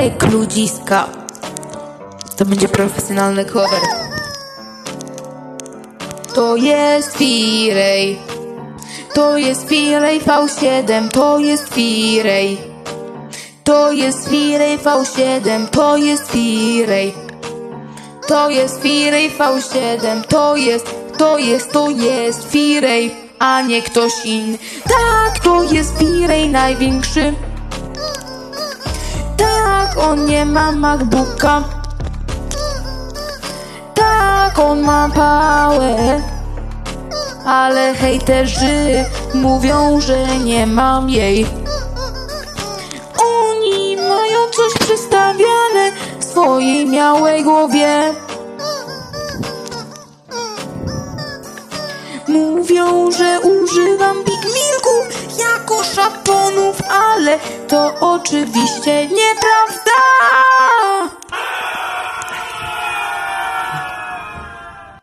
Marek Ludziska. To będzie profesjonalny cover. To jest Firej. To jest Firej V7. To jest Firej. To jest Firej V7. To jest Firej. To jest Firej V7. To jest Firej, a nie ktoś inny. Tak, to jest Firej największy. Tak, on nie ma MacBooka. Tak, on ma power. Ale hejterzy mówią, że nie mam jej. Oni mają coś przestawiane w swojej małej głowie. Mówią, że używam Big Milków jako szaponów, ale to oczywiście nieprawda.